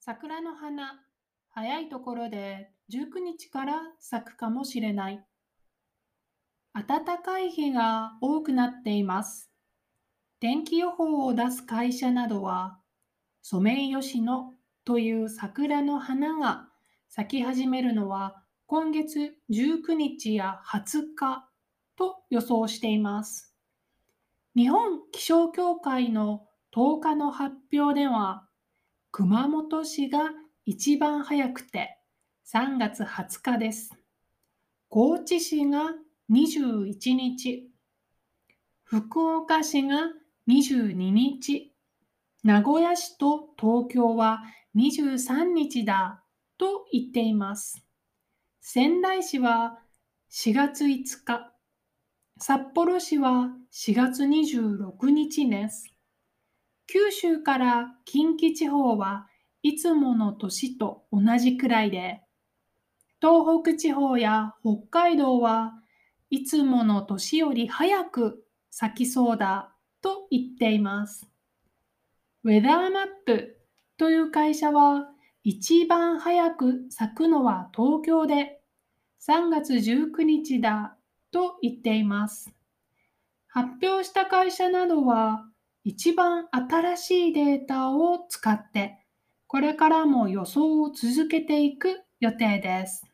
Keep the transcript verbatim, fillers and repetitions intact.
桜の花、早いところでじゅうくにちから咲くかもしれない。暖かい日が多くなっています。天気予報を出す会社などは、ソメイヨシノという桜の花が咲き始めるのは今月じゅうくにちやはつかと予想しています。日本気象協会のとおかの発表では、熊本市が一番早くてさんがつはつかです。高知市がにじゅういちにち、福岡市がにじゅうににち、名古屋市と東京はにじゅうさんにちだと言っています。仙台市はしがついつか、札幌市はしがつにじゅうろくにちです。九州から近畿地方はいつもの年と同じくらいで、東北地方や北海道はいつもの年より早く咲きそうだと言っています。ウェザーマップという会社は、一番早く咲くのは東京でさんがつじゅうくにちだと言っています。発表した会社などは一番新しいデータを使って、これからも予想を続けていく予定です。